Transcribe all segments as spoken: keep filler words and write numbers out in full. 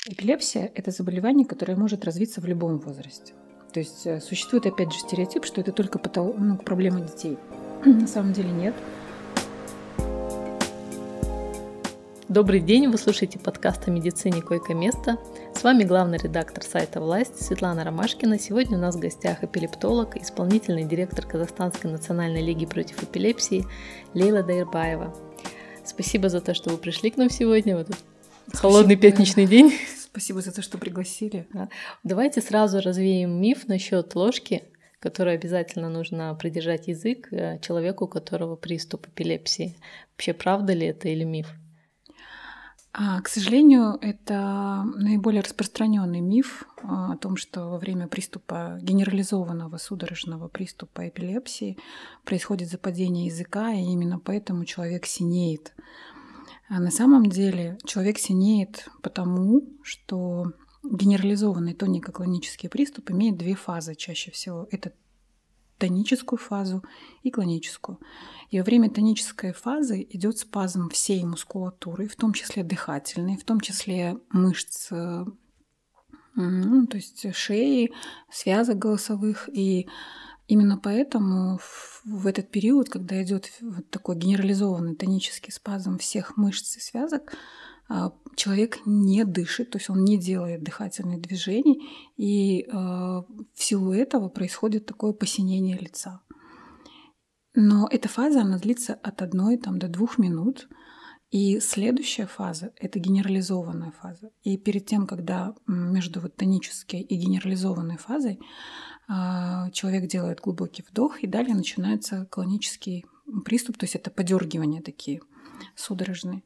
Эпилепсия – это заболевание, которое может развиться в любом возрасте. То есть э, существует, опять же, стереотип, что это только патол- ну, проблема детей. На самом деле нет. Добрый день, вы слушаете подкаст о медицине «Койко-место». С вами главный редактор сайта «Власть» Светлана Ромашкина. Сегодня у нас в гостях эпилептолог, исполнительный директор Казахстанской национальной лиги против эпилепсии Лейла Дайырбаева. Спасибо за то, что вы пришли к нам сегодня в этот холодный пятничный день. Спасибо за то, что пригласили. Да. Давайте сразу развеем миф насчет ложки, которой обязательно нужно придержать язык человеку, у которого приступ эпилепсии. Вообще, правда ли это или миф? А, к сожалению, это наиболее распространенный миф о том, что во время приступа генерализованного судорожного приступа эпилепсии происходит западение языка, и именно поэтому человек синеет. А на самом деле человек синеет потому, что генерализованный тонико-клонический приступ имеет две фазы чаще всего. Это тоническую фазу и клоническую. И во время тонической фазы идет спазм всей мускулатуры, в том числе дыхательной, в том числе мышц, ну, то есть шеи, связок голосовых. И именно поэтому в этот период, когда идет вот такой генерализованный тонический спазм всех мышц и связок, человек не дышит, то есть он не делает дыхательных движений, и э, в силу этого происходит такое посинение лица. Но эта фаза, она длится от одной там, до двух минут, и следующая фаза — это генерализованная фаза. И перед тем, когда между вот тонической и генерализованной фазой э, человек делает глубокий вдох, и далее начинается клонический приступ, то есть это подергивания такие судорожные.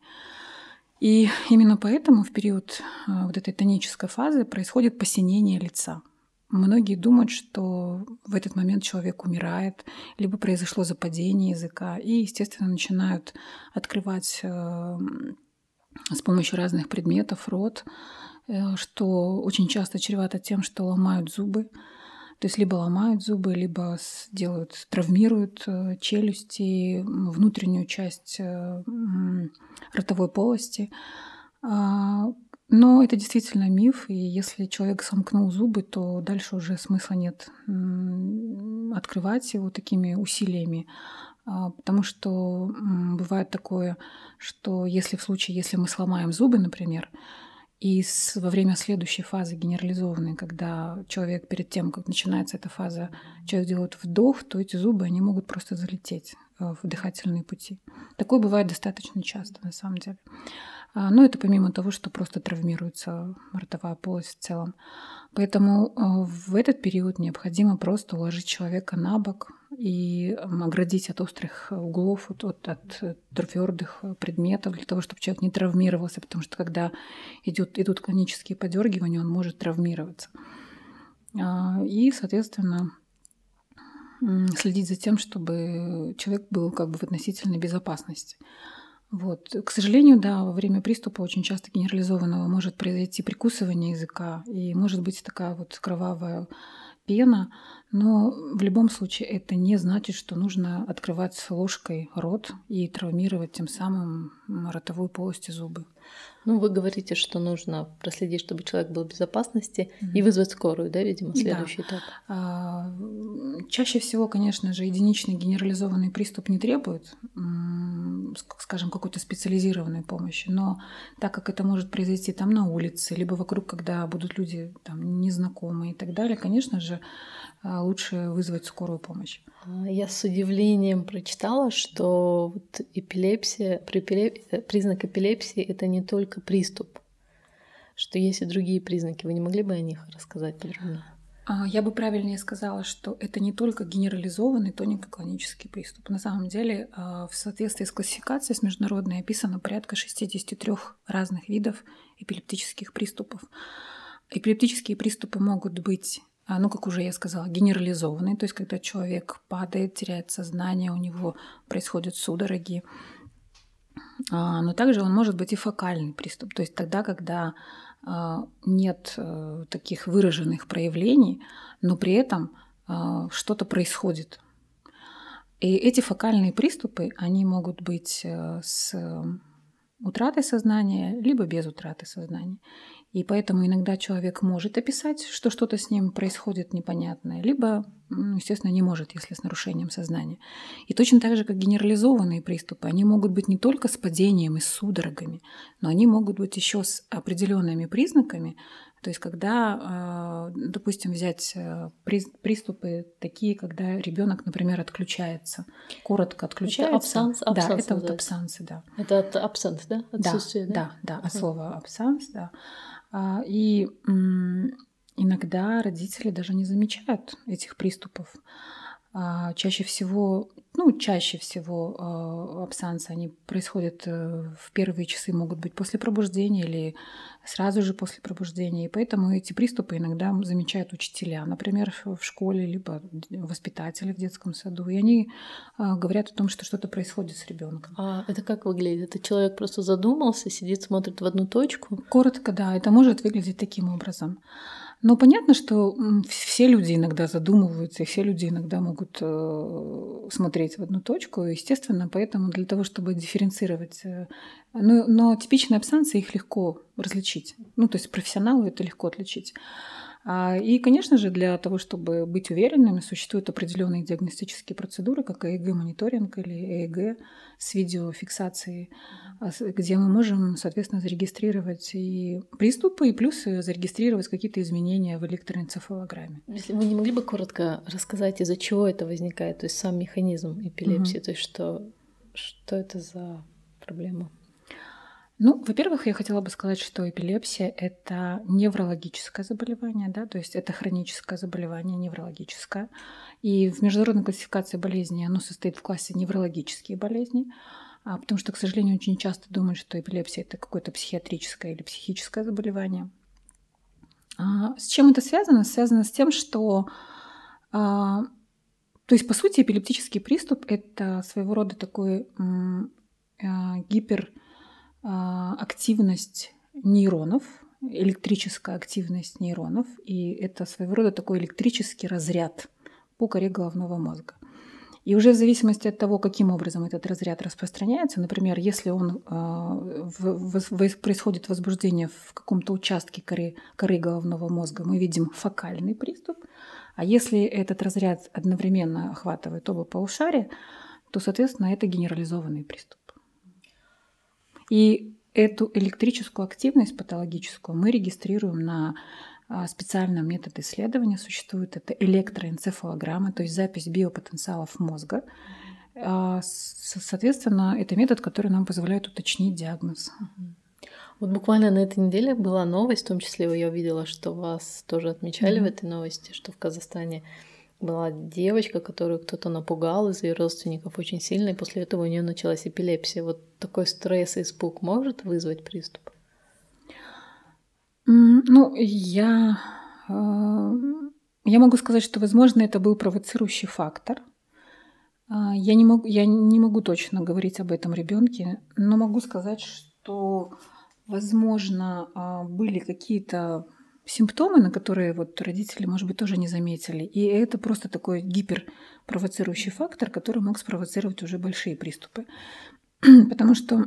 И именно поэтому в период вот этой тонической фазы происходит посинение лица. Многие думают, что в этот момент человек умирает, либо произошло западение языка, и, естественно, начинают открывать с помощью разных предметов рот, что очень часто чревато тем, что ломают зубы. То есть либо ломают зубы, либо делают, травмируют челюсти, внутреннюю часть ротовой полости. Но это действительно миф, и если человек сомкнул зубы, то дальше уже смысла нет открывать его такими усилиями, потому что бывает такое, что если в случае, если мы сломаем зубы, например, и с, во время следующей фазы генерализованной, когда человек перед тем, как начинается эта фаза, человек делает вдох, то эти зубы, они могут просто залететь в дыхательные пути. Такое бывает достаточно часто, на самом деле. Но это помимо того, что просто травмируется ротовая полость в целом. Поэтому в этот период необходимо просто уложить человека на бок и оградить от острых углов, от, от, от твердых предметов, для того, чтобы человек не травмировался, потому что когда идут, идут клонические подергивания, он может травмироваться. И, соответственно, следить за тем, чтобы человек был как бы в относительной безопасности. Вот. К сожалению, да, во время приступа очень часто генерализованного может произойти прикусывание языка, и может быть такая вот кровавая пена, но в любом случае это не значит, что нужно открывать ложкой рот и травмировать тем самым ротовую полость и зубы. Ну, вы говорите, что нужно проследить, чтобы человек был в безопасности, mm-hmm. и вызвать скорую, да, видимо, следующий да. этап. А, чаще всего, конечно же, единичный генерализованный приступ не требует, скажем, какой-то специализированной помощи, но так как это может произойти там на улице, либо вокруг, когда будут люди там незнакомые и так далее, конечно же, лучше вызвать скорую помощь. Я с удивлением прочитала, что вот эпилепсия, признак эпилепсии — это не только приступ, что есть и другие признаки. Вы не могли бы о них рассказать подробнее? Я бы правильнее сказала, что это не только генерализованный тонико-клонический приступ. На самом деле, в соответствии с классификацией с международной описано порядка шестьдесят три разных видов эпилептических приступов. Эпилептические приступы могут быть, ну, как уже я сказала, генерализованные, то есть когда человек падает, теряет сознание, у него происходят судороги. Но также он может быть и фокальный приступ, то есть тогда, когда нет таких выраженных проявлений, но при этом что-то происходит. И эти фокальные приступы, они могут быть с утратой сознания, либо без утраты сознания. И поэтому иногда человек может описать, что что-то с ним происходит непонятное, либо, естественно, не может, если с нарушением сознания. И точно так же, как генерализованные приступы, они могут быть не только с падением и с судорогами, но они могут быть еще с определенными признаками. То есть, когда, допустим, взять приступы такие, когда ребенок, например, отключается, коротко отключается. Это абсанс, абсанс да, это называется. вот абсанс, да. Это от абсент, да? Отсутствие, да? Да, да, да, от слова абсанс, да. И иногда родители даже не замечают этих приступов. Чаще всего, ну, чаще всего абсансы, они происходят в первые часы, могут быть после пробуждения или сразу же после пробуждения. И поэтому эти приступы иногда замечают учителя, например, в школе, либо воспитатели в детском саду. И они говорят о том, что что-то происходит с ребенком. А это как выглядит? Это человек просто задумался, сидит, смотрит в одну точку? Коротко, да, это может выглядеть таким образом. Но понятно, что все люди иногда задумываются, и все люди иногда могут смотреть в одну точку. Естественно, поэтому для того, чтобы дифференцировать... Но, но типичные абсансы, их легко различить. Ну, то есть профессионалу это легко отличить. И, конечно же, для того, чтобы быть уверенными, существуют определенные диагностические процедуры, как ЭЭГ-мониторинг или ЭЭГ с видеофиксацией, где мы можем, соответственно, зарегистрировать и приступы, и плюс зарегистрировать какие-то изменения в электроэнцефалограмме. Если вы не могли бы коротко рассказать, из-за чего это возникает, то есть сам механизм эпилепсии, угу. то есть что, что это за проблема? Ну, во-первых, я хотела бы сказать, что эпилепсия – это неврологическое заболевание, да, то есть это хроническое заболевание, неврологическое. И в международной классификации болезней оно состоит в классе неврологические болезни, потому что, к сожалению, очень часто думают, что эпилепсия – это какое-то психиатрическое или психическое заболевание. С чем это связано? Связано с тем, что… То есть, по сути, эпилептический приступ – это своего рода такой гипер… активность нейронов, электрическая активность нейронов, и это своего рода такой электрический разряд по коре головного мозга. И уже в зависимости от того, каким образом этот разряд распространяется, например, если он, в, в, происходит возбуждение в каком-то участке коры, коры головного мозга, мы видим фокальный приступ, а если этот разряд одновременно охватывает оба полушария, то, соответственно, это генерализованный приступ. И эту электрическую активность патологическую мы регистрируем на специальном методе исследования. Существует это электроэнцефалограмма, то есть запись биопотенциалов мозга. Соответственно, это метод, который нам позволяет уточнить диагноз. Вот буквально на этой неделе была новость, в том числе я увидела, что вас тоже отмечали mm-hmm. в этой новости, что в Казахстане была девочка, которую кто-то напугал из ее родственников очень сильно, и после этого у нее началась эпилепсия. Вот такой стресс и испуг может вызвать приступ? Ну, я, я могу сказать, что, возможно, это был провоцирующий фактор. Я не могу, я не могу точно говорить об этом ребенке, но могу сказать, что, возможно, были какие-то симптомы, на которые вот родители, может быть, тоже не заметили. И это просто такой гиперпровоцирующий фактор, который мог спровоцировать уже большие приступы. Потому что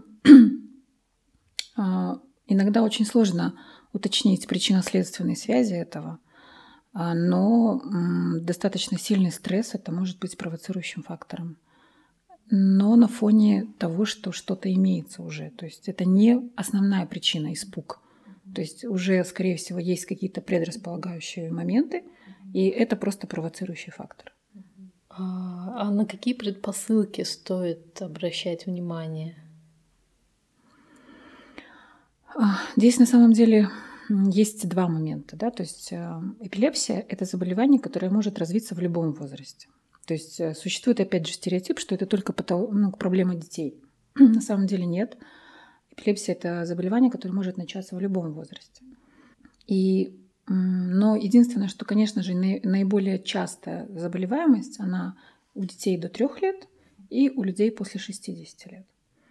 иногда очень сложно уточнить причинно-следственные связи этого, но достаточно сильный стресс это может быть провоцирующим фактором. Но на фоне того, что что-то имеется уже. То есть это не основная причина испуг. То есть уже, скорее всего, есть какие-то предрасполагающие моменты, и это просто провоцирующий фактор. А, а на какие предпосылки стоит обращать внимание? Здесь на самом деле есть два момента. Да? То есть эпилепсия – это заболевание, которое может развиться в любом возрасте. То есть существует, опять же, стереотип, что это только ну, проблема детей. На самом деле нет. Эпилепсия – это заболевание, которое может начаться в любом возрасте. И, но единственное, что, конечно же, наиболее частая заболеваемость, она у детей до трех лет и у людей после шестидесяти лет.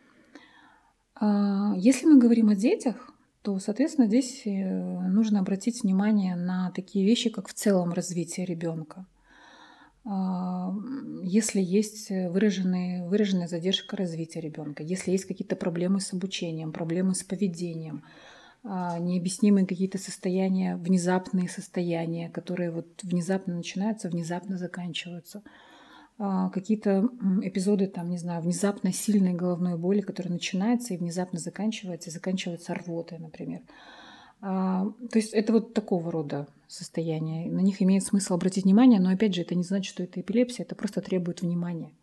Если мы говорим о детях, то, соответственно, здесь нужно обратить внимание на такие вещи, как в целом развитие ребенка. если есть выраженные, выраженная задержка развития ребенка, если есть какие-то проблемы с обучением, проблемы с поведением, необъяснимые какие-то состояния, внезапные состояния, которые вот внезапно начинаются, внезапно заканчиваются. Какие-то эпизоды, там, не знаю, внезапно сильной головной боли, которая начинается и внезапно заканчивается, и заканчивается рвотой, например. То есть это вот такого рода состояния. На них имеет смысл обратить внимание, но опять же, это не значит, что это эпилепсия, это просто требует внимания.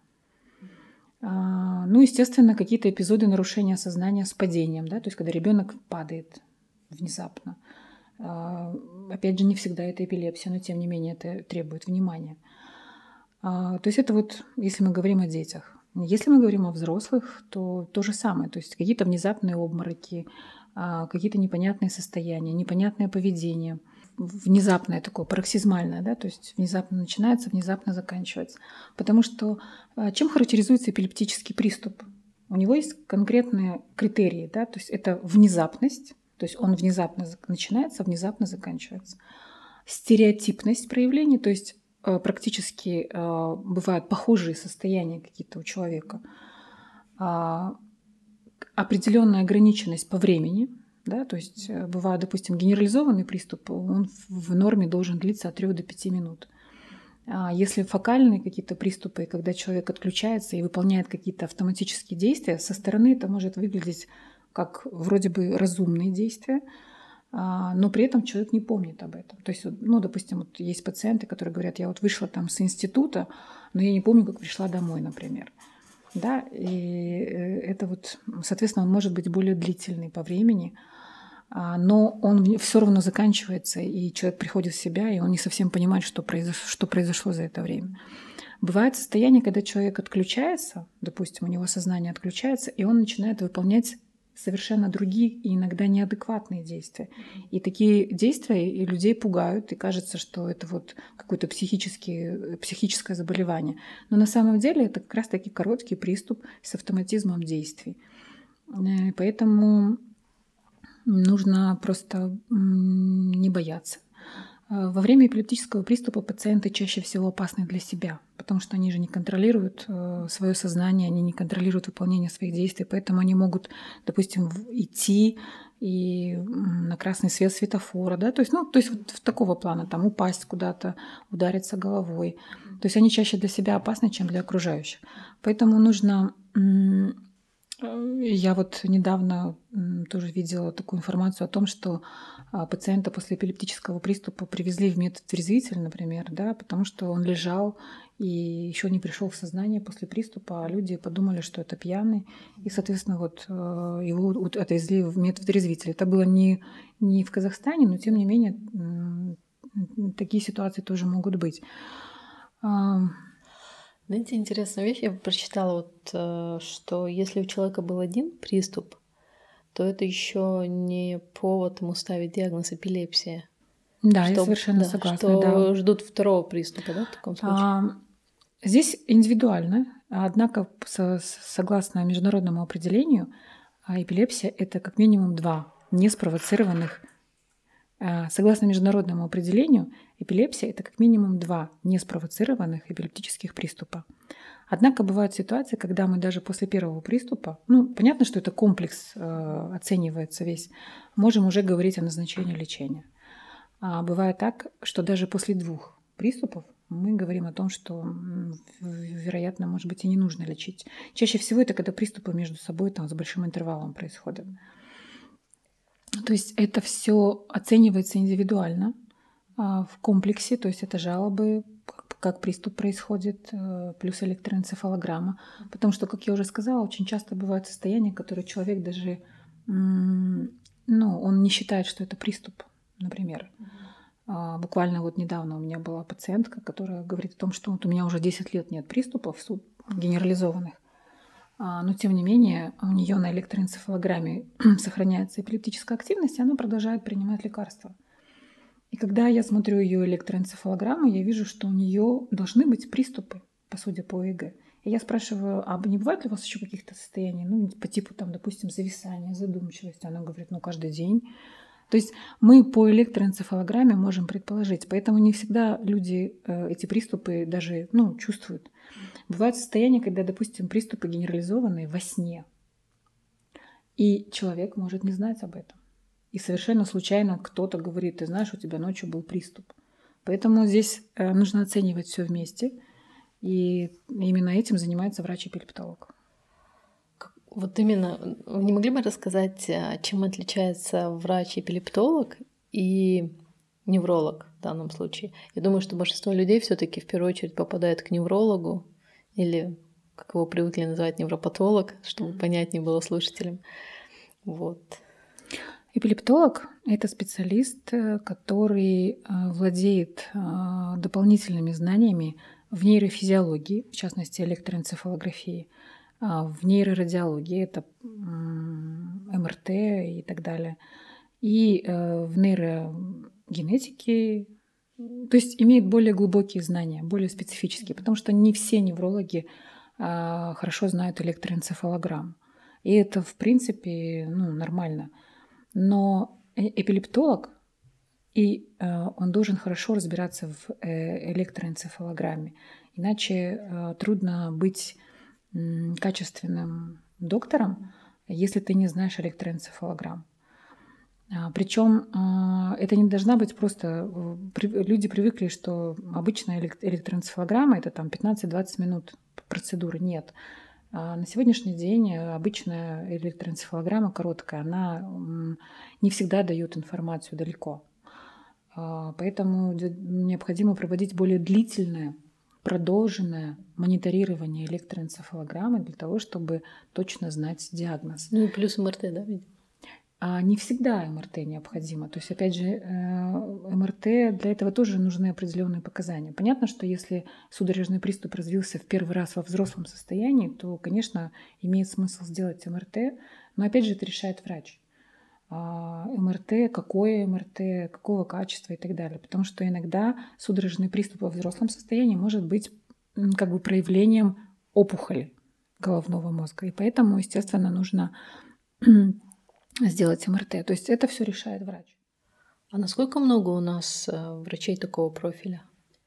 Ну, естественно, какие-то эпизоды нарушения сознания с падением, да, то есть когда ребенок падает внезапно. Опять же, не всегда это эпилепсия, но тем не менее это требует внимания. То есть это вот, если мы говорим о детях. Если мы говорим о взрослых, то то же самое. То есть какие-то внезапные обмороки, какие-то непонятные состояния, непонятное поведение, внезапное такое, пароксизмальное, да, то есть внезапно начинается, внезапно заканчивается. Потому что чем характеризуется эпилептический приступ? У него есть конкретные критерии, да, то есть это внезапность, то есть он внезапно начинается, внезапно заканчивается. Стереотипность проявлений, то есть практически бывают похожие состояния какие-то у человека. Определенная ограниченность по времени, да, то есть бывает, допустим, генерализованный приступ, он в норме должен длиться от трёх до пяти минут. А если фокальные какие-то приступы, когда человек отключается и выполняет какие-то автоматические действия, со стороны это может выглядеть как вроде бы разумные действия, но при этом человек не помнит об этом. То есть, ну, допустим, вот есть пациенты, которые говорят, я вот вышла там с института, но я не помню, как пришла домой, например. Да, и это вот, соответственно, он может быть более длительный по времени, но он все равно заканчивается, и человек приходит в себя, и он не совсем понимает, что произошло, что произошло за это время. Бывает состояние, когда человек отключается, допустим, у него сознание отключается, и он начинает выполнять совершенно другие и иногда неадекватные действия. И такие действия и людей пугают, и кажется, что это вот какое-то психическое, психическое заболевание. Но на самом деле это как раз-таки короткий приступ с автоматизмом действий. Поэтому нужно просто не бояться. Во время эпилептического приступа пациенты чаще всего опасны для себя, потому что они же не контролируют свое сознание, они не контролируют выполнение своих действий, поэтому они могут, допустим, идти и на красный свет светофора, да, то есть, ну, то есть вот в такого плана, там, упасть куда-то, удариться головой. То есть они чаще для себя опасны, чем для окружающих. Поэтому нужно... Я вот недавно тоже видела такую информацию о том, что пациента после эпилептического приступа привезли в медотрезвитель, например, да, потому что он лежал и еще не пришел в сознание после приступа, а люди подумали, что это пьяный, и, соответственно, вот его отвезли в медотрезвитель. Это было не, не в Казахстане, но тем не менее такие ситуации тоже могут быть. Знаете, интересная вещь. Я прочитала, вот, что если у человека был один приступ, то это еще не повод ему ставить диагноз эпилепсия. Да, что, я совершенно да, согласна. Что да. ждут второго приступа, да, в таком случае? А, здесь индивидуально. Однако, со, согласно международному определению, эпилепсия – это как минимум два неспровоцированных. Согласно международному определению, эпилепсия – это как минимум два неспровоцированных эпилептических приступа. Однако бывают ситуации, когда мы даже после первого приступа, ну, понятно, что это комплекс э, оценивается весь, можем уже говорить о назначении лечения. А бывает так, что даже после двух приступов мы говорим о том, что, вероятно, может быть, и не нужно лечить. Чаще всего это когда приступы между собой там, с большим интервалом происходят. То есть это все оценивается индивидуально в комплексе, то есть это жалобы, как приступ происходит, плюс электроэнцефалограмма. Потому что, как я уже сказала, очень часто бывают состояния, которые человек даже, ну, он не считает, что это приступ, например. Буквально вот недавно у меня была пациентка, которая говорит о том, что вот у меня уже десять лет нет приступов генерализованных. Но, тем не менее, у нее на электроэнцефалограмме сохраняется эпилептическая активность, и она продолжает принимать лекарства. И когда я смотрю ее электроэнцефалограмму, я вижу, что у нее должны быть приступы, по сути, по ЭЭГ. И я спрашиваю, а не бывает ли у вас еще каких-то состояний, ну, по типу, там, допустим, зависания, задумчивости? Она говорит, ну, каждый день. То есть мы по электроэнцефалограмме можем предположить, поэтому не всегда люди э, эти приступы даже ну, чувствуют. Бывают состояния, когда, допустим, приступы генерализованные во сне, и человек может не знать об этом. И совершенно случайно кто-то говорит: ты знаешь, у тебя ночью был приступ. Поэтому здесь э, нужно оценивать все вместе, и именно этим занимается врач-эпилептолог. Вот именно, вы не могли бы рассказать, чем отличается врач-эпилептолог и невролог в данном случае? Я думаю, что большинство людей все-таки в первую очередь попадают к неврологу, или, как его привыкли называть, невропатолог, чтобы понятнее было слушателям. Вот. Эпилептолог – это специалист, который владеет дополнительными знаниями в нейрофизиологии, в частности электроэнцефалографии, в нейрорадиологии, это эм эр тэ и так далее, и в нейрогенетике, то есть имеет более глубокие знания, более специфические, потому что не все неврологи хорошо знают электроэнцефалограмму. И это, в принципе, ну, нормально. Но эпилептолог, и он должен хорошо разбираться в электроэнцефалограмме, иначе трудно быть качественным доктором, если ты не знаешь электроэнцефалограмм. Причем это не должна быть просто... Люди привыкли, что обычная электроэнцефалограмма – это там пятнадцать-двадцать минут процедуры. Нет. На сегодняшний день обычная электроэнцефалограмма короткая, она не всегда дает информацию далеко. Поэтому необходимо проводить более длительное, продолженное мониторирование электроэнцефалограммы для того, чтобы точно знать диагноз. Ну и плюс эм эр тэ, да, видимо? А не всегда эм эр тэ необходимо. То есть, опять же, эм эр тэ для этого тоже нужны определенные показания. Понятно, что если судорожный приступ развился в первый раз во взрослом состоянии, то, конечно, имеет смысл сделать эм эр тэ, но, опять же, это решает врач. эм эр тэ, какое эм эр тэ, какого качества и так далее. Потому что иногда судорожный приступ во взрослом состоянии может быть как бы проявлением опухоли головного мозга. И поэтому, естественно, нужно сделать эм эр тэ. То есть это все решает врач. А насколько много у нас врачей такого профиля?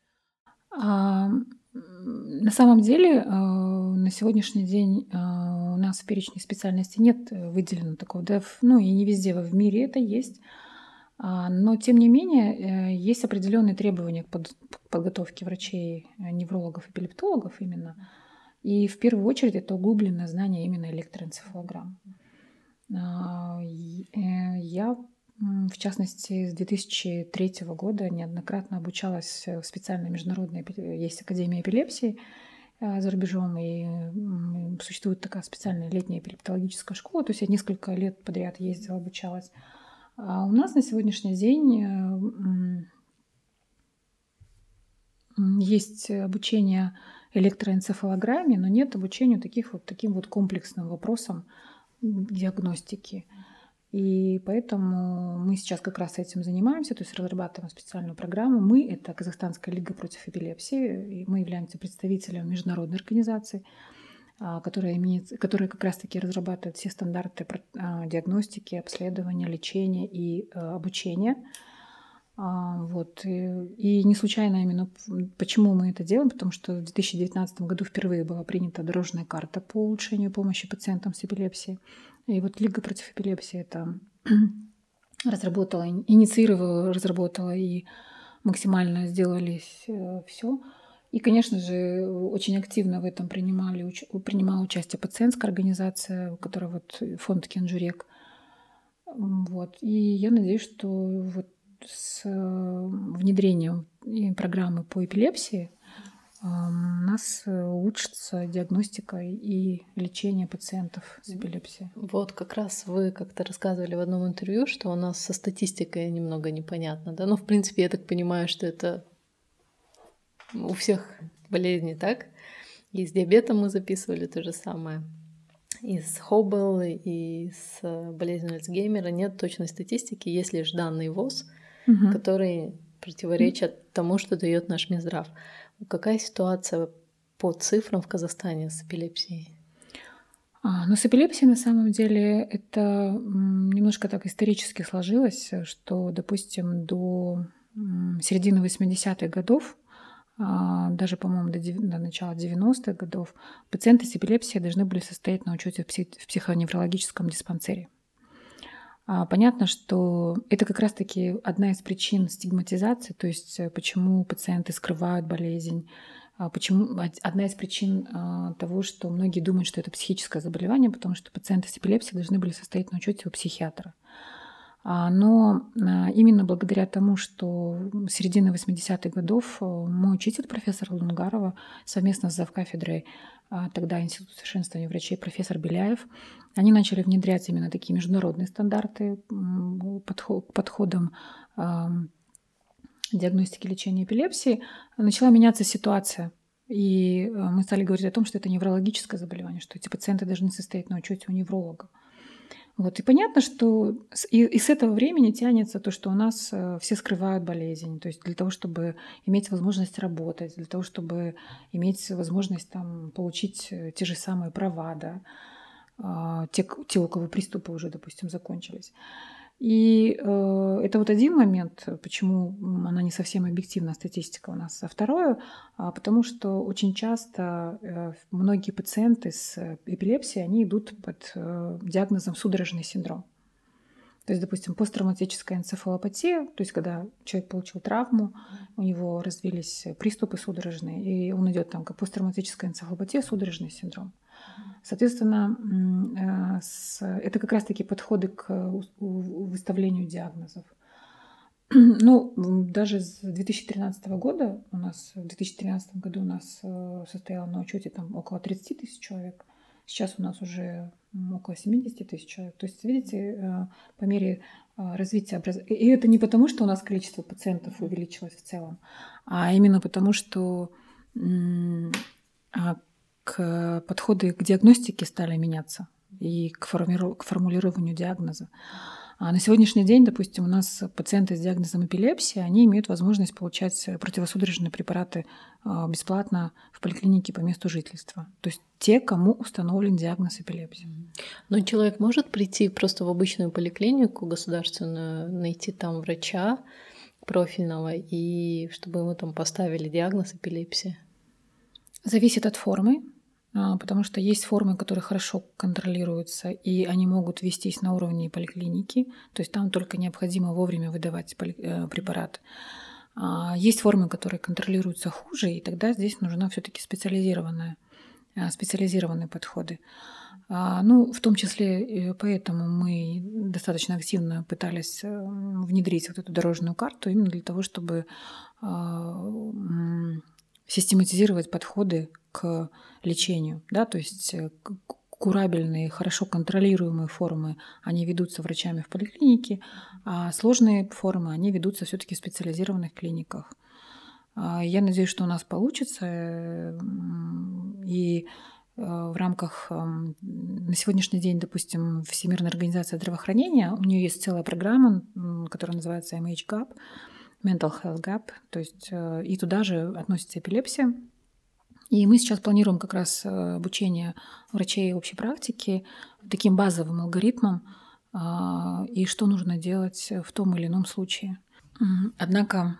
А, на самом деле на сегодняшний день у нас в перечне специальностей нет выделено такого, да, ну и не везде в мире это есть. Но, тем не менее, есть определенные требования к подготовке врачей, неврологов, эпилептологов именно. И в первую очередь это углубленное знание именно электроэнцефалограмм. Я, в частности, с две тысячи третьего года неоднократно обучалась в специальной международной, есть Академия эпилепсии за рубежом, и существует такая специальная летняя эпилептологическая школа, то есть я несколько лет подряд ездила, обучалась. А у нас на сегодняшний день есть обучение электроэнцефалограмме, но нет обучения таких вот, таким вот комплексным вопросам диагностики. И поэтому мы сейчас как раз этим занимаемся, то есть разрабатываем специальную программу. Мы — это Казахстанская лига против эпилепсии, и мы являемся представителем международной организации, которая, имеет, которая как раз-таки разрабатывает все стандарты диагностики, обследования, лечения и обучения. Вот. И не случайно именно почему мы это делаем, потому что в две тысячи девятнадцатом году впервые была принята дорожная карта по улучшению помощи пациентам с эпилепсией. И вот Лига против эпилепсии это разработала, инициировала, разработала и максимально сделали все. И, конечно же, очень активно в этом принимали, принимала участие пациентская организация, которая вот фонд Кенжурек. Вот. И я надеюсь, что вот с внедрением программы по эпилепсии у нас улучшится диагностика и лечение пациентов с эпилепсией. Вот как раз вы как-то рассказывали в одном интервью, что у нас со статистикой немного непонятно, да? Ну, в принципе, я так понимаю, что это у всех болезней, так? И с диабетом мы записывали то же самое. И с Хоббл, и с болезнью Альцгеймера нет точной статистики, есть лишь данные ВОЗ, угу. которые противоречат угу. тому, что дает наш Минздрав. Какая ситуация по цифрам в Казахстане с эпилепсией? Но с эпилепсией на самом деле это немножко так исторически сложилось, что, допустим, до середины восьмидесятых годов, даже, по-моему, до, до начала девяностых годов, пациенты с эпилепсией должны были состоять на учете в, псих, в психоневрологическом диспансере. Понятно, что это как раз-таки одна из причин стигматизации, то есть почему пациенты скрывают болезнь, почему одна из причин того, что многие думают, что это психическое заболевание, потому что пациенты с эпилепсией должны были состоять на учете у психиатра. Но именно благодаря тому, что с середины восьмидесятых годов мой учитель, профессор Лунгарова, совместно с завкафедрой тогда Института совершенствования врачей профессор Беляев, они начали внедрять именно такие международные стандарты к подходам диагностики лечения эпилепсии. Начала меняться ситуация. И мы стали говорить о том, что это неврологическое заболевание, что эти пациенты должны состоять на учете у невролога. Вот. И понятно, что и, и с этого времени тянется то, что у нас все скрывают болезнь. То есть для того, чтобы иметь возможность работать, для того, чтобы иметь возможность там, получить те же самые права, да, те, те, у кого приступы уже, допустим, закончились. И э, это вот один момент, почему она не совсем объективна, статистика у нас. А второе, а потому что очень часто э, многие пациенты с эпилепсией, они идут под э, диагнозом судорожный синдром. То есть, допустим, посттравматическая энцефалопатия, то есть когда человек получил травму, у него развились приступы судорожные, и он идет там как посттравматическая энцефалопатия, судорожный синдром. Соответственно, это как раз-таки подходы к выставлению диагнозов. Ну, даже с две тысячи тринадцатого года у нас, в две тысячи тринадцатом году у нас состояло на учете там около тридцать тысяч человек. Сейчас у нас уже около семьдесят тысяч человек. То есть, видите, по мере развития образования... И это не потому, что у нас количество пациентов увеличилось в целом, а именно потому, что к подходы к диагностике стали меняться и к, формиру... к формулированию диагноза. А на сегодняшний день, допустим, у нас пациенты с диагнозом эпилепсии, они имеют возможность получать противосудорожные препараты бесплатно в поликлинике по месту жительства. То есть те, кому установлен диагноз эпилепсии. Но человек может прийти просто в обычную поликлинику государственную, найти там врача профильного, и чтобы ему там поставили диагноз эпилепсии? Зависит от формы, потому что есть формы, которые хорошо контролируются, и они могут вестись на уровне поликлиники, то есть там только необходимо вовремя выдавать препарат. Есть формы, которые контролируются хуже, и тогда здесь нужна все-таки специализированная, специализированные подходы. Ну, в том числе поэтому мы достаточно активно пытались внедрить вот эту дорожную карту именно для того, чтобы систематизировать подходы к лечению, да, то есть курабельные, хорошо контролируемые формы, они ведутся врачами в поликлинике, а сложные формы, они ведутся все-таки в специализированных клиниках. Я надеюсь, что у нас получится, и в рамках, на сегодняшний день, допустим, Всемирная организация здравоохранения, у нее есть целая программа, которая называется эм эйч гап, Mental Health Gap, то есть и туда же относится эпилепсия. И мы сейчас планируем как раз обучение врачей общей практики таким базовым алгоритмом и что нужно делать в том или ином случае. Однако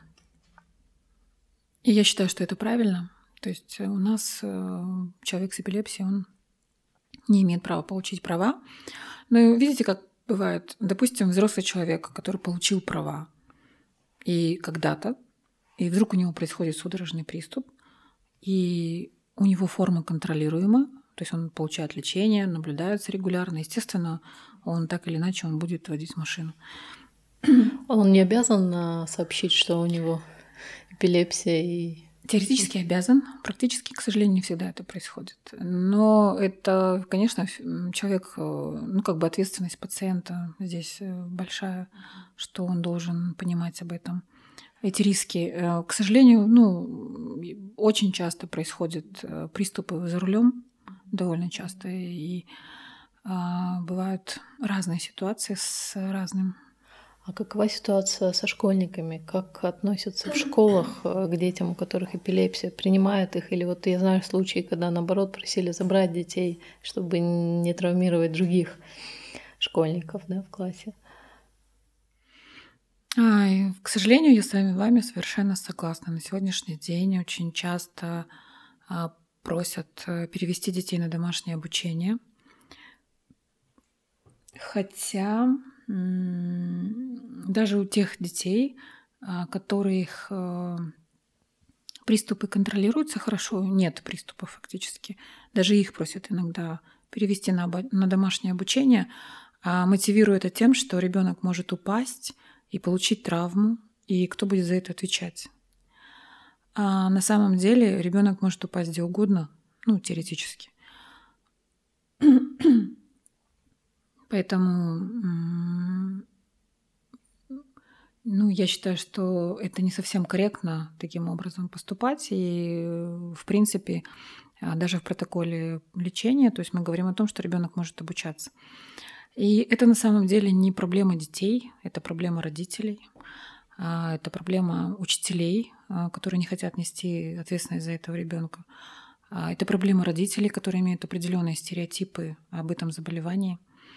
я считаю, что это правильно. То есть у нас человек с эпилепсией, он не имеет права получить права. Но видите, как бывает, допустим, взрослый человек, который получил права, и когда-то, и вдруг у него происходит судорожный приступ, и у него форма контролируема, то есть он получает лечение, наблюдается регулярно. Естественно, он так или иначе он будет водить машину. Он не обязан сообщить, что у него эпилепсия и... Теоретически обязан, практически, к сожалению, не всегда это происходит. Но это, конечно, человек, ну, как бы ответственность пациента здесь большая, что он должен понимать об этом. Эти риски, к сожалению, ну, очень часто происходят приступы за рулем, довольно часто, и а, бывают разные ситуации с разным. А какова ситуация со школьниками? Как относятся в школах к детям, у которых эпилепсия? Принимают их? Или вот я знаю случаи, когда наоборот просили забрать детей, чтобы не травмировать других школьников, да, в классе? А, и, к сожалению, я с вами вами совершенно согласна. На сегодняшний день очень часто а, просят э, перевести детей на домашнее обучение. Хотя м, даже у тех детей, а, которых э, приступы контролируются хорошо, нет приступов фактически, даже их просят иногда перевести на, обо- на домашнее обучение, а мотивируя это тем, что ребенок может упасть и получить травму, и кто будет за это отвечать. А на самом деле ребенок может упасть где угодно, ну, теоретически. Поэтому, м, ну, я считаю, что это не совсем корректно таким образом поступать. И, э, в принципе, а, даже в протоколе лечения, то есть мы говорим о том, что ребенок может обучаться. И это на самом деле не проблема детей, это проблема родителей, а, это проблема учителей, а, которые не хотят нести ответственность за этого ребенка. А, Это проблема родителей, которые имеют определенные стереотипы об этом заболевании.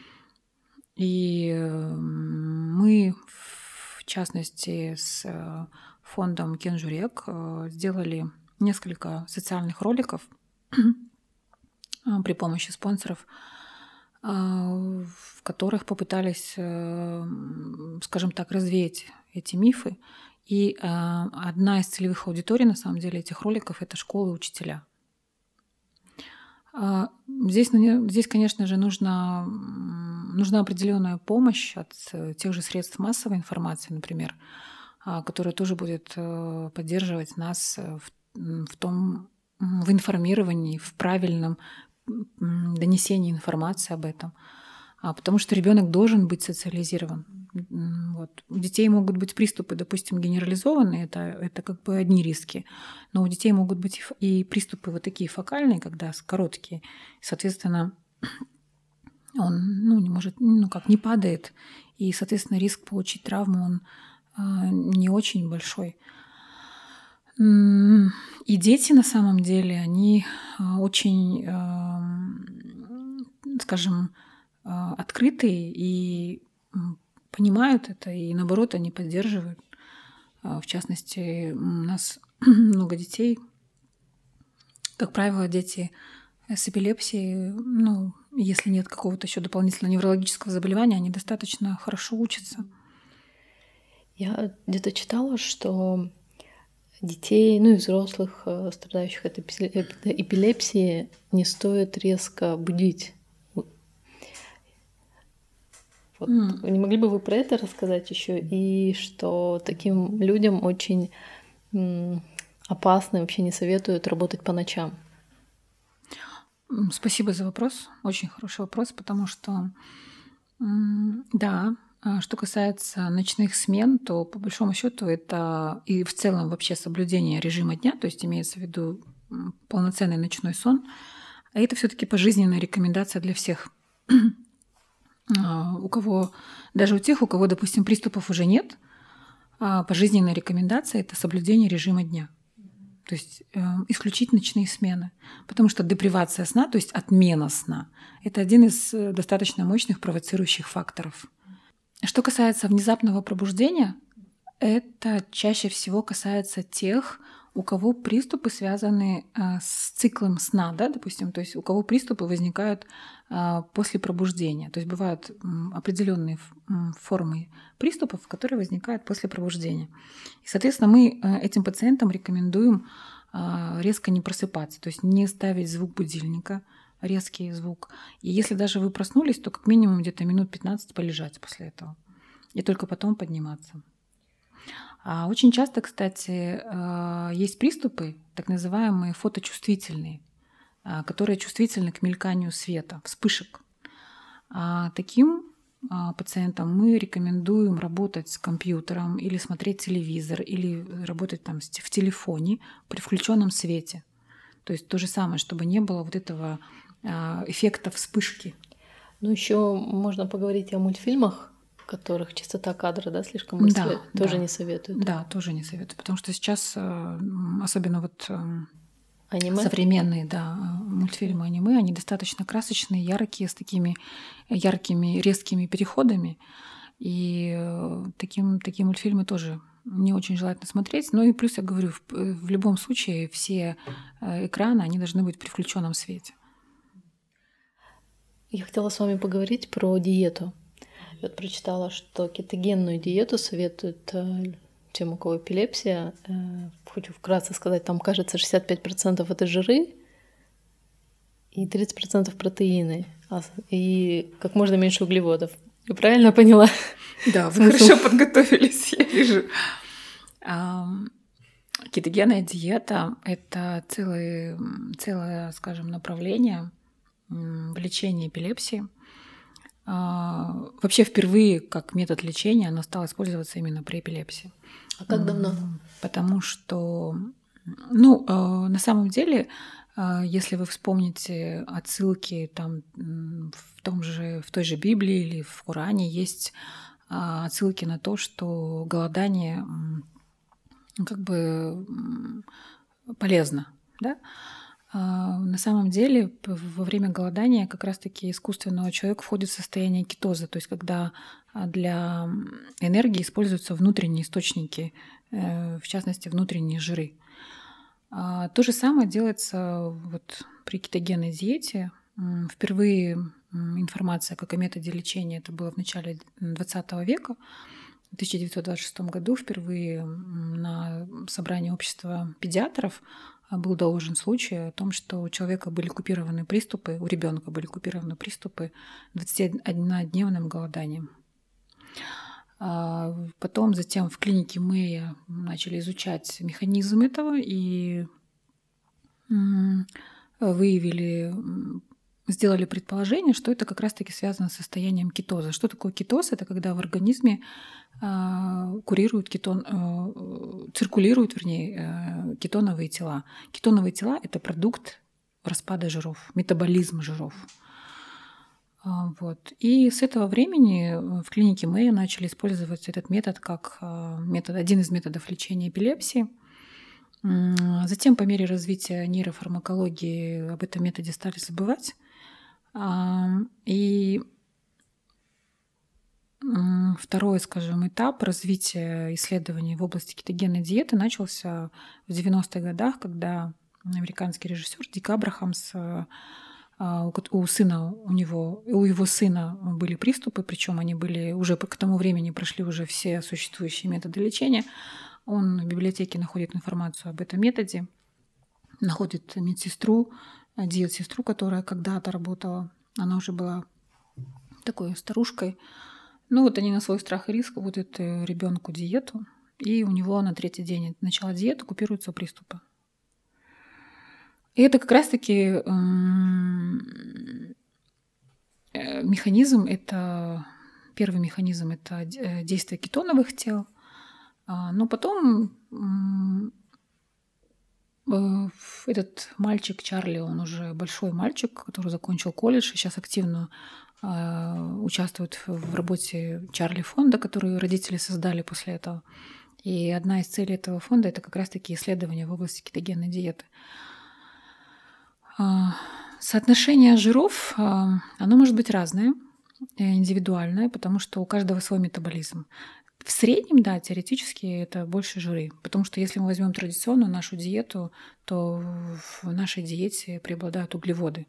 И э, мы, в частности, с э, фондом Кенжурек э, сделали несколько социальных роликов а, при помощи спонсоров, а, в которых попытались, э, м, скажем так, развеять эти мифы. И а, одна из целевых аудиторий, на самом деле, этих роликов — это школы и учителя. А, Здесь, наверно, здесь, конечно же, нужна, м, нужна определенная помощь от э, тех же средств массовой информации, например, а, которая тоже будет э, поддерживать нас э, в, м, в том, м, в информировании, в правильном м, донесении информации об этом. А, Потому что ребенок должен быть социализирован. М, Вот. У детей могут быть приступы, допустим, генерализованные, это, это как бы одни риски, но у детей могут быть и ф- и приступы вот такие фокальные, когда с- короткие. Соответственно, он ну, не может, ну как, не падает, и, соответственно, риск получить травму, он а, не очень большой. М, И дети на самом деле, они а, очень, ам, скажем, а, открытые и м, понимают это, и наоборот, они поддерживают. А, В частности, у нас много детей, как правило, дети с эпилепсией, ну, если нет какого-то еще дополнительного неврологического заболевания, они достаточно хорошо учатся. Я где-то читала, что детей, ну и взрослых, э, страдающих от эпи- эпи- эпилепсии, не стоит резко будить. Вот. М. Не могли бы вы про это рассказать еще? И что таким людям очень м, опасно, вообще не советуют работать по ночам? М, Спасибо за вопрос. Очень хороший вопрос, потому что, м, да, а, что касается ночных смен, то по большому счету это и в целом вообще соблюдение режима дня, то есть имеется в виду м, полноценный ночной сон, а это все-таки пожизненная рекомендация для всех. А, У кого, даже у тех, у кого, допустим, приступов уже нет, а, пожизненная рекомендация — это соблюдение режима дня. То есть э, исключить ночные смены. Потому что депривация сна, то есть отмена сна, это один из э, достаточно мощных провоцирующих факторов. Что касается внезапного пробуждения, это чаще всего касается тех, у кого приступы связаны а, с циклом сна, да, допустим, то есть у кого приступы возникают а, после пробуждения. То есть бывают м, определенные ф- м, формы приступов, которые возникают после пробуждения. И, соответственно, мы э, этим пациентам рекомендуем а, резко не просыпаться, то есть не ставить звук будильника, резкий звук. И если даже вы проснулись, то как минимум где-то минут пятнадцать полежать после этого. И только потом подниматься. А очень часто, кстати, э, есть приступы, так называемые фоточувствительные, а, которые чувствительны к мельканию света, вспышек. А таким а, пациентам мы рекомендуем работать с компьютером или смотреть телевизор, или работать там с те- в телефоне при включенном свете. То есть то же самое, чтобы не было вот этого а, эффекта вспышки. Ну, еще можно поговорить о мультфильмах, в которых частота кадра, да, слишком быстрая, да, тоже да. не советуют. Да, тоже не советую, потому что сейчас, особенно вот аниме? современные, да, мультфильмы, аниме, они достаточно красочные, яркие, с такими яркими, резкими переходами, и таким, такие мультфильмы тоже не очень желательно смотреть. Ну и плюс, я говорю, в, в любом случае все экраны, они должны быть при включенном свете. Я хотела с вами поговорить про диету. Я вот прочитала, что кетогенную диету советуют тем, у кого эпилепсия. Хочу вкратце сказать, там, кажется, шестьдесят пять процентов это жиры и тридцать процентов протеины, и как можно меньше углеводов. Я правильно поняла? Да, вы хорошо подготовились, я вижу. Кетогенная диета — это целое, целое, скажем, направление в лечении эпилепсии. Вообще впервые как метод лечения она стала использоваться именно при эпилепсии. А как давно? Потому что, ну, на самом деле, если вы вспомните отсылки там в том же, в той же Библии или в Коране, есть отсылки на то, что голодание как бы полезно, да? На самом деле во время голодания как раз-таки искусственного человек входит в состояние кетоза, то есть когда для энергии используются внутренние источники, в частности внутренние жиры. То же самое делается вот при кетогенной диете. Впервые информация как о методе лечения это было в начале двадцатого века. В тысяча девятьсот двадцать шестом году впервые на собрании общества педиатров был доложен случай о том, что у человека были купированы приступы, у ребенка были купированы приступы двадцатиоднодневным голоданием. Потом затем в клинике Мэя начали изучать механизм этого и выявили, сделали предположение, что это как раз-таки связано с состоянием кетоза. Что такое кетоз? Это когда в организме курируют кетон, циркулируют, вернее, кетоновые тела. Кетоновые тела — это продукт распада жиров, метаболизм жиров. Вот. И с этого времени в клинике Мэя начали использовать этот метод как метод, один из методов лечения эпилепсии. Затем по мере развития нейрофармакологии об этом методе стали забывать. И второй, скажем, этап развития исследований в области кетогенной диеты начался в девяностых годах, когда американский режиссер Дик Абрахамс, у сына, у него, у его сына были приступы, причем они были уже к тому времени прошли уже все существующие методы лечения. Он в библиотеке находит информацию об этом методе, находит медсестру, диет-сестру, которая когда-то работала. Она уже была такой старушкой. Ну вот они на свой страх и риск вводят ребенку диету, и у него на третий день от начала диеты купируются приступы. И это как раз-таки механизм, это первый механизм, это действие кетоновых тел. Но потом этот мальчик Чарли, он уже большой мальчик, который закончил колледж и сейчас активно участвует в работе Чарли фонда, который родители создали после этого. И одна из целей этого фонда — это как раз-таки исследования в области кетогенной диеты. Соотношение жиров, оно может быть разное, индивидуальное, потому что у каждого свой метаболизм. В среднем, да, теоретически это больше жиры, потому что если мы возьмем традиционную нашу диету, то в нашей диете преобладают углеводы.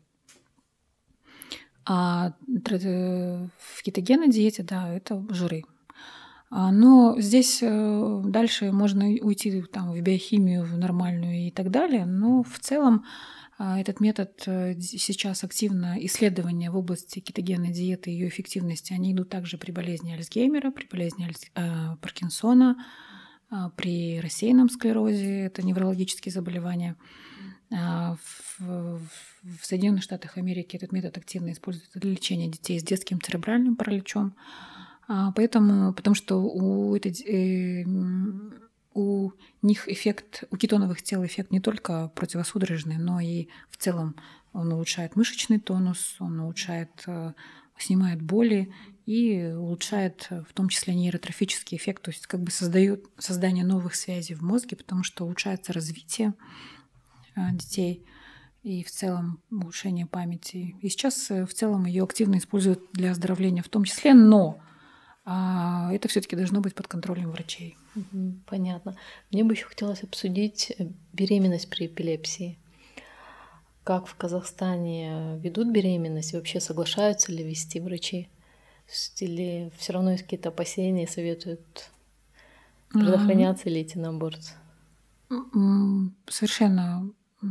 А в кетогенной диете, да, это жиры. Но здесь дальше можно уйти там, в биохимию, в нормальную и так далее, но в целом этот метод сейчас активно исследования в области кетогенной диеты и ее эффективности, они идут также при болезни Альцгеймера, при болезни Альц... э, Паркинсона, э, при рассеянном склерозе, это неврологические заболевания. Э, в, в Соединенных Штатах Америки этот метод активно используется для лечения детей с детским церебральным параличом. Э, поэтому, потому что у этой... Э, у них эффект, у кетоновых тел эффект не только противосудорожный, но и в целом он улучшает мышечный тонус, он улучшает, снимает боли и улучшает в том числе нейротрофический эффект, то есть как бы создает создание новых связей в мозге, потому что улучшается развитие детей и в целом улучшение памяти. И сейчас в целом ее активно используют для оздоровления в том числе, но а, это все-таки должно быть под контролем врачей. Понятно. Мне бы еще хотелось обсудить беременность при эпилепсии. Как в Казахстане ведут беременность и вообще соглашаются ли вести врачи? Или все равно есть какие-то опасения, советуют предохраняться или идти на аборт? Совершенно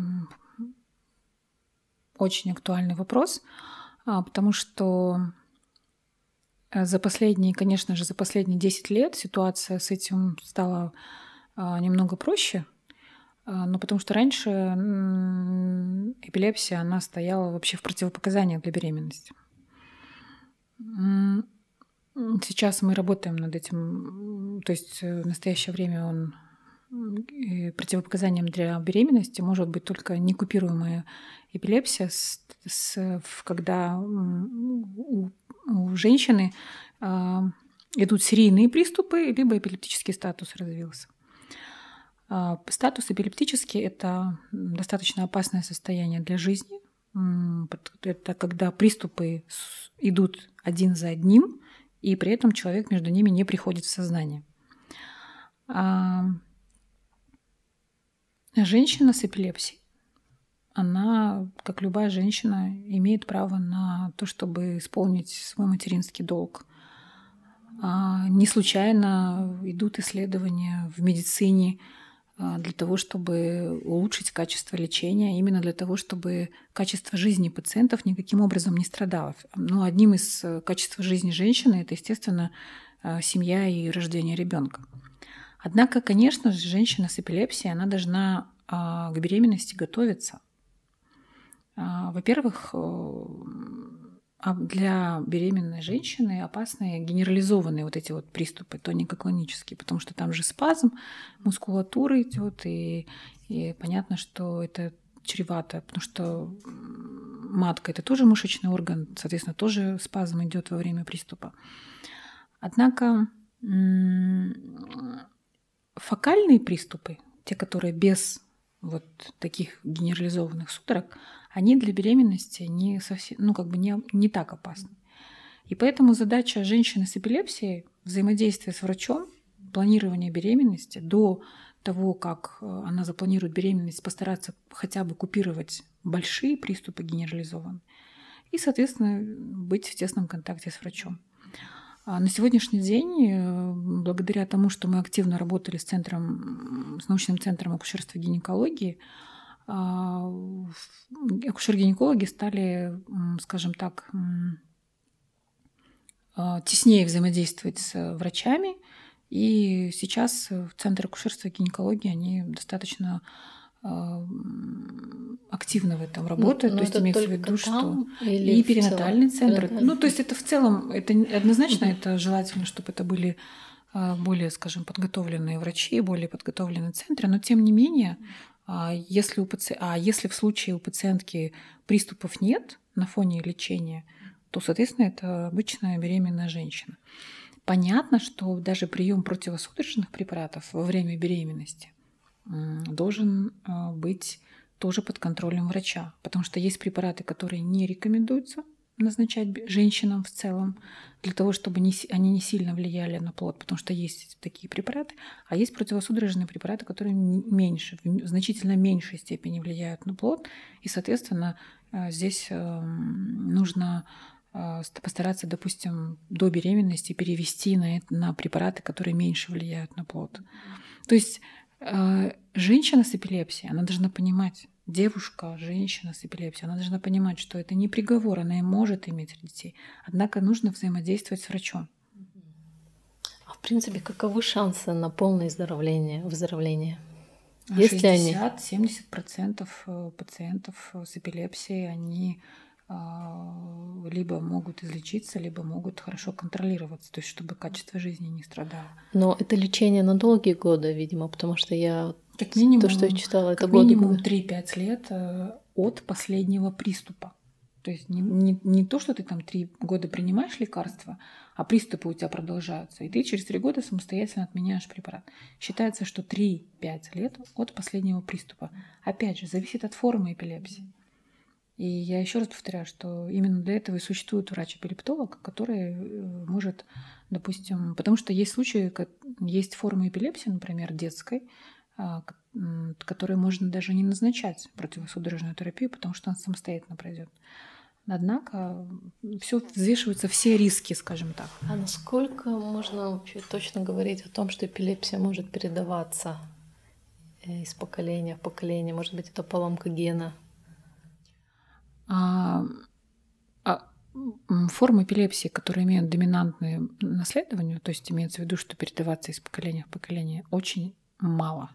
очень актуальный вопрос, потому что за последние, конечно же, за последние десять лет ситуация с этим стала немного проще, но потому что раньше эпилепсия, она стояла вообще в противопоказаниях для беременности. Сейчас мы работаем над этим, то есть в настоящее время он противопоказанием для беременности может быть только некупируемая эпилепсия, с, с, когда у, у женщины э, идут серийные приступы, либо эпилептический статус развился. Э, статус эпилептический – это достаточно опасное состояние для жизни. Это когда приступы идут один за одним, и при этом человек между ними не приходит в сознание. Женщина с эпилепсией, она, как любая женщина, имеет право на то, чтобы исполнить свой материнский долг. Не случайно идут исследования в медицине для того, чтобы улучшить качество лечения, именно для того, чтобы качество жизни пациентов никаким образом не страдало. Но одним из качеств жизни женщины – это, естественно, семья и рождение ребенка. Однако, конечно же, женщина с эпилепсией, она должна к беременности готовиться. Во-первых, для беременной женщины опасны генерализованные вот эти вот приступы тонико-клонические, потому что там же спазм мускулатуры идет, и, и понятно, что это чревато, потому что матка – это тоже мышечный орган, соответственно, тоже спазм идет во время приступа. Однако фокальные приступы, те, которые без вот таких генерализованных судорог, они для беременности не совсем, ну, как бы не, не так опасны. И поэтому задача женщины с эпилепсией – взаимодействие с врачом, планирование беременности до того, как она запланирует беременность, постараться хотя бы купировать большие приступы генерализованные и, соответственно, быть в тесном контакте с врачом. А на сегодняшний день, благодаря тому, что мы активно работали с центром, с научным центром акушерства и гинекологии, акушер-гинекологи стали, скажем так, теснее взаимодействовать с врачами, и сейчас в Центре акушерства и гинекологии они достаточно активно в этом работают, но то есть имеется в виду, что и перинатальный центр, ну то есть это в целом, это однозначно, это желательно, чтобы это были более, скажем, подготовленные врачи, более подготовленные центры, но тем не менее, если у паци... а если в случае у пациентки приступов нет на фоне лечения, то, соответственно, это обычная беременная женщина. Понятно, что даже прием противосудорожных препаратов во время беременности должен быть тоже под контролем врача, потому что есть препараты, которые не рекомендуются назначать женщинам в целом, для того, чтобы не, они не сильно влияли на плод, потому что есть такие препараты, а есть противосудорожные препараты, которые меньше, в значительно меньшей степени влияют на плод, и, соответственно, здесь нужно постараться, допустим, до беременности перевести на, это, на препараты, которые меньше влияют на плод. То есть женщина с эпилепсией, она должна понимать, девушка, женщина с эпилепсией, она должна понимать, что это не приговор, она и может иметь детей. Однако нужно взаимодействовать с врачом. А в принципе, каковы шансы на полное выздоровление, выздоровление? Есть ли они? шестьдесят-семьдесят процентов пациентов с эпилепсией, они либо могут излечиться, либо могут хорошо контролироваться, то есть чтобы качество жизни не страдало. Но это лечение на долгие годы, видимо, потому что я как минимум, то, что я читала, это как годы минимум будут. три-пять лет от последнего приступа. То есть не, не, не то, что ты там три года принимаешь лекарства, а приступы у тебя продолжаются, и ты через три года самостоятельно отменяешь препарат. Считается, что три-пять лет от последнего приступа. Опять же, зависит от формы эпилепсии. И я еще раз повторяю, что именно для этого и существует врач-эпилептолог, который может, допустим, потому что есть случаи, как есть формы эпилепсии, например, детской, которой можно даже не назначать противосудорожную терапию, потому что она самостоятельно пройдет. Однако все взвешиваются, все риски, скажем так. А насколько можно вообще точно говорить о том, что эпилепсия может передаваться из поколения в поколение? Может быть, это поломка гена? А, а, формы эпилепсии, которые имеют доминантное наследование, то есть имеется в виду, что передаваться из поколения в поколение, очень мало.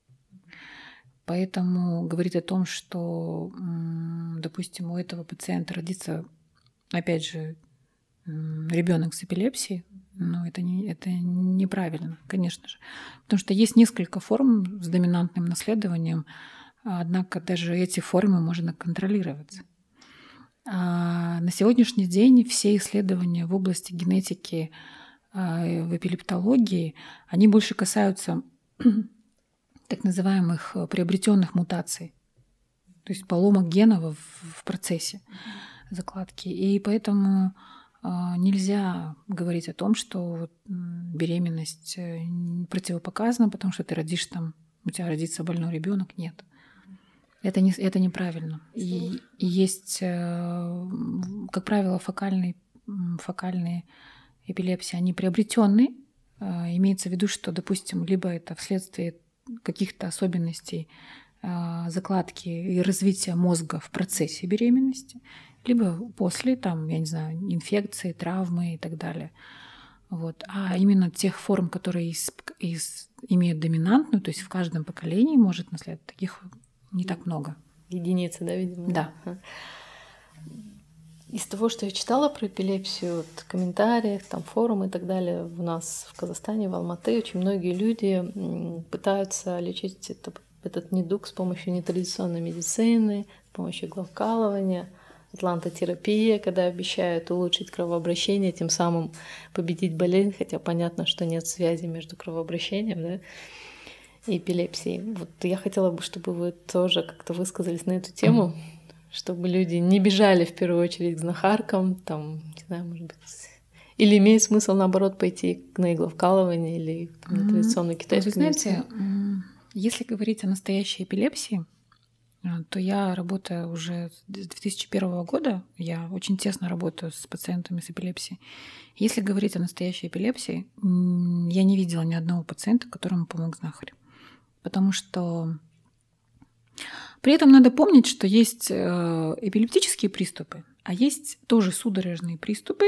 Поэтому говорить о том, что, допустим, у этого пациента родится, опять же, ребенок с эпилепсией, ну, это, не, это неправильно, конечно же. Потому что есть несколько форм с доминантным наследованием, однако даже эти формы можно контролировать. А на сегодняшний день все исследования в области генетики в эпилептологии, они больше касаются так называемых приобретенных мутаций, то есть поломок генов в процессе закладки. И поэтому нельзя говорить о том, что беременность противопоказана, потому что ты родишь там, у тебя родится больной ребенок. Нет. Это, не, это неправильно. И, и есть, как правило, фокальные, фокальные эпилепсии, они приобретенные. Имеется в виду, что, допустим, либо это вследствие каких-то особенностей закладки и развития мозга в процессе беременности, либо после, там, я не знаю, инфекции, травмы и так далее. Вот. А именно тех форм, которые из, из, имеют доминантную, то есть в каждом поколении может наследовать, таких не так много. Единицы, да, видимо? Да. Из того, что я читала про эпилепсию, вот, в комментариях, там, форумы и так далее, у нас в Казахстане, в Алматы очень многие люди пытаются лечить это, этот недуг с помощью нетрадиционной медицины, с помощью игловкалывания, атлантотерапия, когда обещают улучшить кровообращение, тем самым победить болезнь, хотя понятно, что нет связи между кровообращением, да, и эпилепсией. Вот я хотела бы, чтобы вы тоже как-то высказались на эту тему, чтобы люди не бежали в первую очередь к знахаркам, там, не знаю, может быть, или имеет смысл, наоборот, пойти на игловкалывание или там, на традиционную китайскую медицину? Вы знаете, если говорить о настоящей эпилепсии, то я работаю уже с две тысячи первого года, я очень тесно работаю с пациентами с эпилепсией. Если говорить о настоящей эпилепсии, я не видела ни одного пациента, которому помог знахарь. Потому что при этом надо помнить, что есть эпилептические приступы, а есть тоже судорожные приступы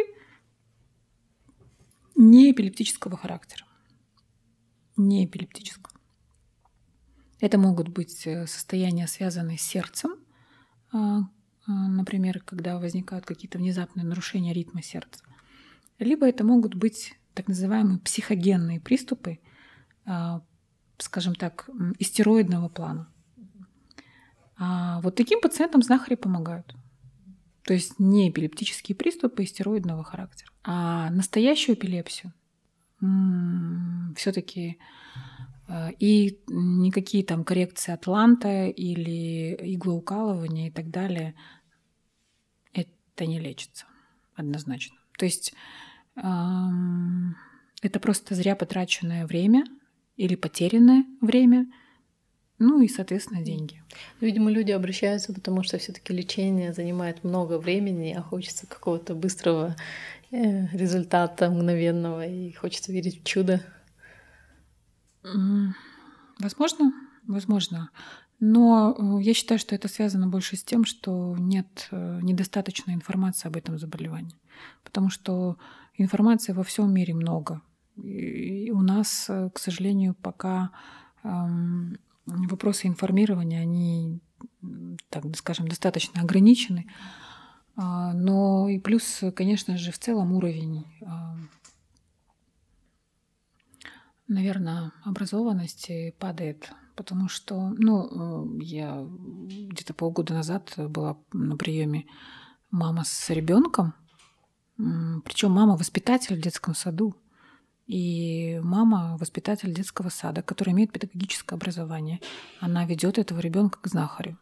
не эпилептического характера. Не эпилептического. Это могут быть состояния, связанные с сердцем, например, когда возникают какие-то внезапные нарушения ритма сердца. Либо это могут быть так называемые психогенные приступы, скажем так, истероидного плана. А вот таким пациентам знахари помогают. То есть не эпилептические приступы истероидного характера. А настоящую эпилепсию все-таки и никакие там коррекции атланта или иглоукалывания и так далее это не лечится однозначно. То есть это просто зря потраченное время или потерянное время, ну и, соответственно, деньги. Видимо, люди обращаются, потому что все-таки лечение занимает много времени, а хочется какого-то быстрого результата, мгновенного, и хочется верить в чудо. Возможно, возможно. Но я считаю, что это связано больше с тем, что нет недостаточной информации об этом заболевании. Потому что информации во всем мире много. И у нас, к сожалению, пока вопросы информирования, они, так скажем, достаточно ограничены. Но и плюс, конечно же, в целом уровень, наверное, образованности падает. Потому что, ну, я где-то полгода назад была на приеме мама с ребенком, причем мама воспитатель в детском саду и мама воспитатель детского сада, которая имеет педагогическое образование. Она ведет этого ребенка к знахарю.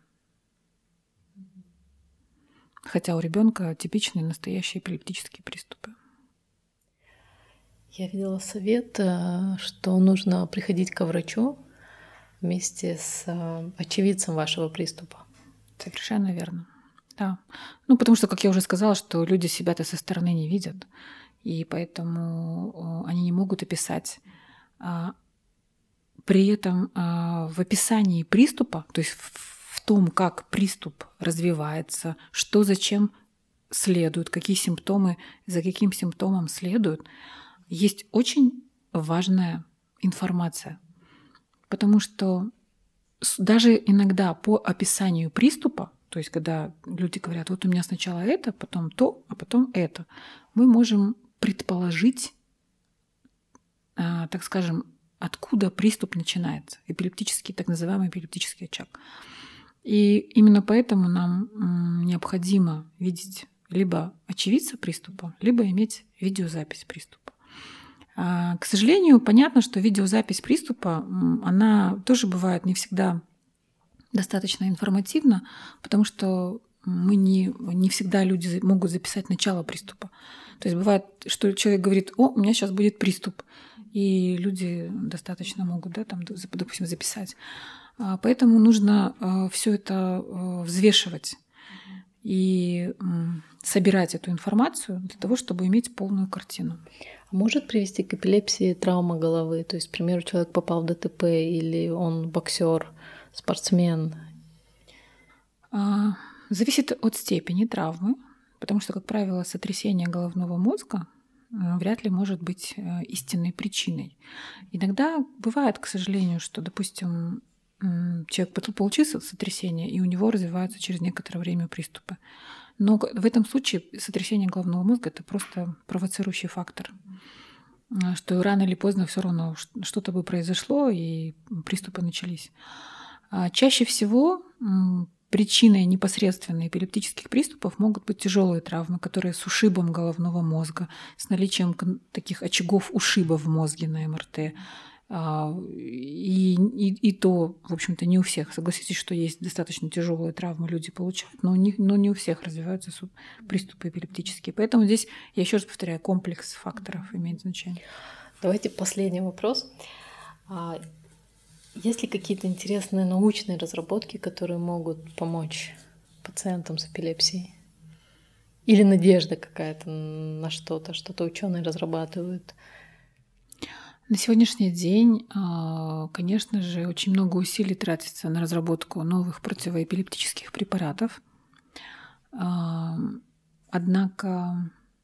Хотя у ребенка типичные настоящие эпилептические приступы. Я видела совет, что нужно приходить к врачу вместе с очевидцем вашего приступа. Совершенно верно. Да. Ну, потому что, как я уже сказала, что люди себя-то со стороны не видят, и поэтому они не могут описать. При этом в описании приступа, то есть в том, как приступ развивается, что зачем следует, какие симптомы, за каким симптомом следуют, есть очень важная информация. Потому что даже иногда по описанию приступа, то есть когда люди говорят, вот у меня сначала это, потом то, а потом это, мы можем предположить, так скажем, откуда приступ начинается, эпилептический, так называемый эпилептический очаг. И именно поэтому нам необходимо видеть либо очевидца приступа, либо иметь видеозапись приступа. К сожалению, понятно, что видеозапись приступа, она тоже бывает не всегда достаточно информативна, потому что мы не, не всегда люди могут записать начало приступа. То есть бывает, что человек говорит, о, у меня сейчас будет приступ, и люди достаточно могут, да, там, допустим, записать. Поэтому нужно все это взвешивать и собирать эту информацию для того, чтобы иметь полную картину. Может привести к эпилепсии травма головы? То есть, к примеру, человек попал в ДТП или он боксер, спортсмен? Зависит от степени травмы, потому что, как правило, сотрясение головного мозга вряд ли может быть истинной причиной. Иногда бывает, к сожалению, что, допустим, человек получил сотрясение, и у него развиваются через некоторое время приступы. Но в этом случае сотрясение головного мозга – это просто провоцирующий фактор, что рано или поздно все равно что-то бы произошло, и приступы начались. Чаще всего причиной непосредственно эпилептических приступов могут быть тяжелые травмы, которые с ушибом головного мозга, с наличием таких очагов ушиба в мозге на эм эр тэ. И, и, и то, в общем-то, не у всех. Согласитесь, что есть достаточно тяжелые травмы, люди получают, но, у них, но не у всех развиваются приступы эпилептические. Поэтому здесь, я еще раз повторяю, комплекс факторов имеет значение. Давайте последний вопрос. Есть ли какие-то интересные научные разработки, которые могут помочь пациентам с эпилепсией? Или надежда какая-то на что-то, что-то ученые разрабатывают? На сегодняшний день, конечно же, очень много усилий тратится на разработку новых противоэпилептических препаратов. Однако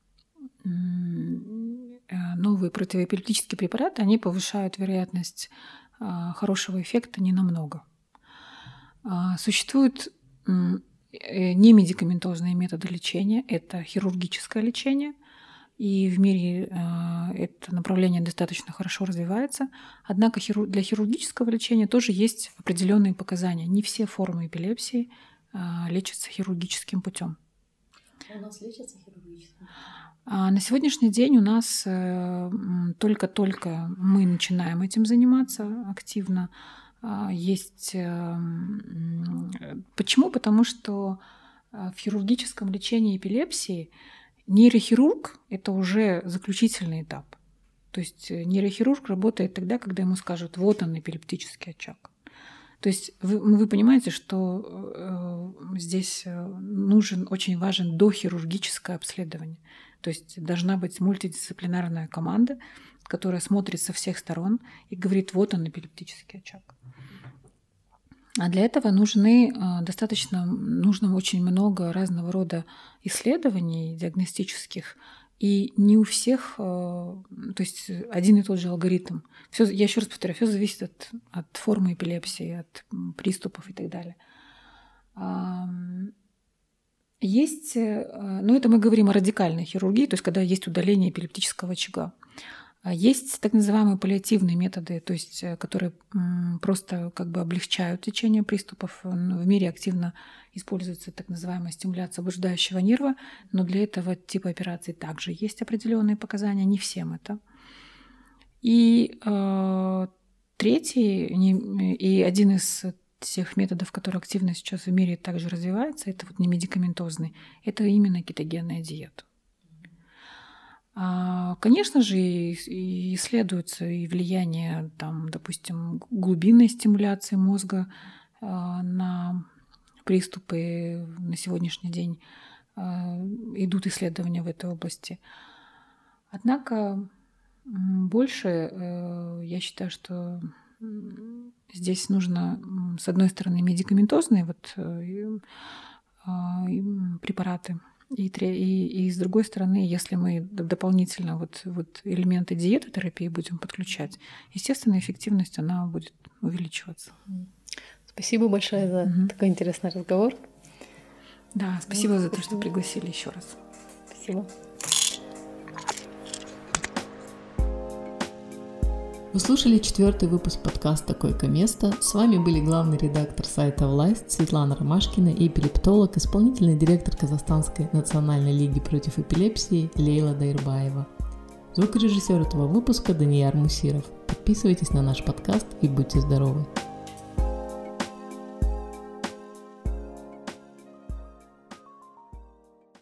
новые противоэпилептические препараты, они повышают вероятность хорошего эффекта ненамного. Существуют немедикаментозные методы лечения, это хирургическое лечение, и в мире это направление достаточно хорошо развивается. Однако для хирургического лечения тоже есть определенные показания. Не все формы эпилепсии лечатся хирургическим путем. У нас лечатся хирургическим? На сегодняшний день у нас только-только мы начинаем этим заниматься активно. Есть... Почему? Потому что в хирургическом лечении эпилепсии нейрохирург – это уже заключительный этап. То есть нейрохирург работает тогда, когда ему скажут, вот он, эпилептический очаг. То есть вы, вы понимаете, что э, здесь нужен, очень важен дохирургическое обследование. То есть должна быть мультидисциплинарная команда, которая смотрит со всех сторон и говорит, вот он, эпилептический очаг. А для этого нужны достаточно, нужно очень много разного рода исследований диагностических, и не у всех, то есть один и тот же алгоритм. Всё, я еще раз повторяю, все зависит от, от формы эпилепсии, от приступов и так далее. Есть, ну это мы говорим о радикальной хирургии, то есть когда есть удаление эпилептического очага. Есть так называемые паллиативные методы, то есть, которые просто как бы облегчают течение приступов. В мире активно используется так называемая стимуляция блуждающего нерва, но для этого типа операций также есть определенные показания, не всем это. И э, третий, не, и один из тех методов, который активно сейчас в мире также развивается, это вот не медикаментозный, это именно кетогенная диета. Конечно же, исследуется и влияние, там, допустим, глубинной стимуляции мозга на приступы. На сегодняшний день идут исследования в этой области. Однако больше я считаю, что здесь нужно, с одной стороны, медикаментозные вот препараты, И, и, и с другой стороны, если мы дополнительно вот, вот элементы диетотерапии будем подключать, естественно, эффективность она будет увеличиваться. Спасибо большое за угу. такой интересный разговор. Да, спасибо ну, за спасибо. то, что пригласили еще раз. Спасибо. Вы слушали четвертый выпуск подкаста «Койко-место». С вами были главный редактор сайта «Власть» Светлана Ромашкина и эпилептолог, исполнительный директор Казахстанской национальной лиги против эпилепсии Лейла Дайрбаева. Звукорежиссер этого выпуска Данияр Мусиров. Подписывайтесь на наш подкаст и будьте здоровы!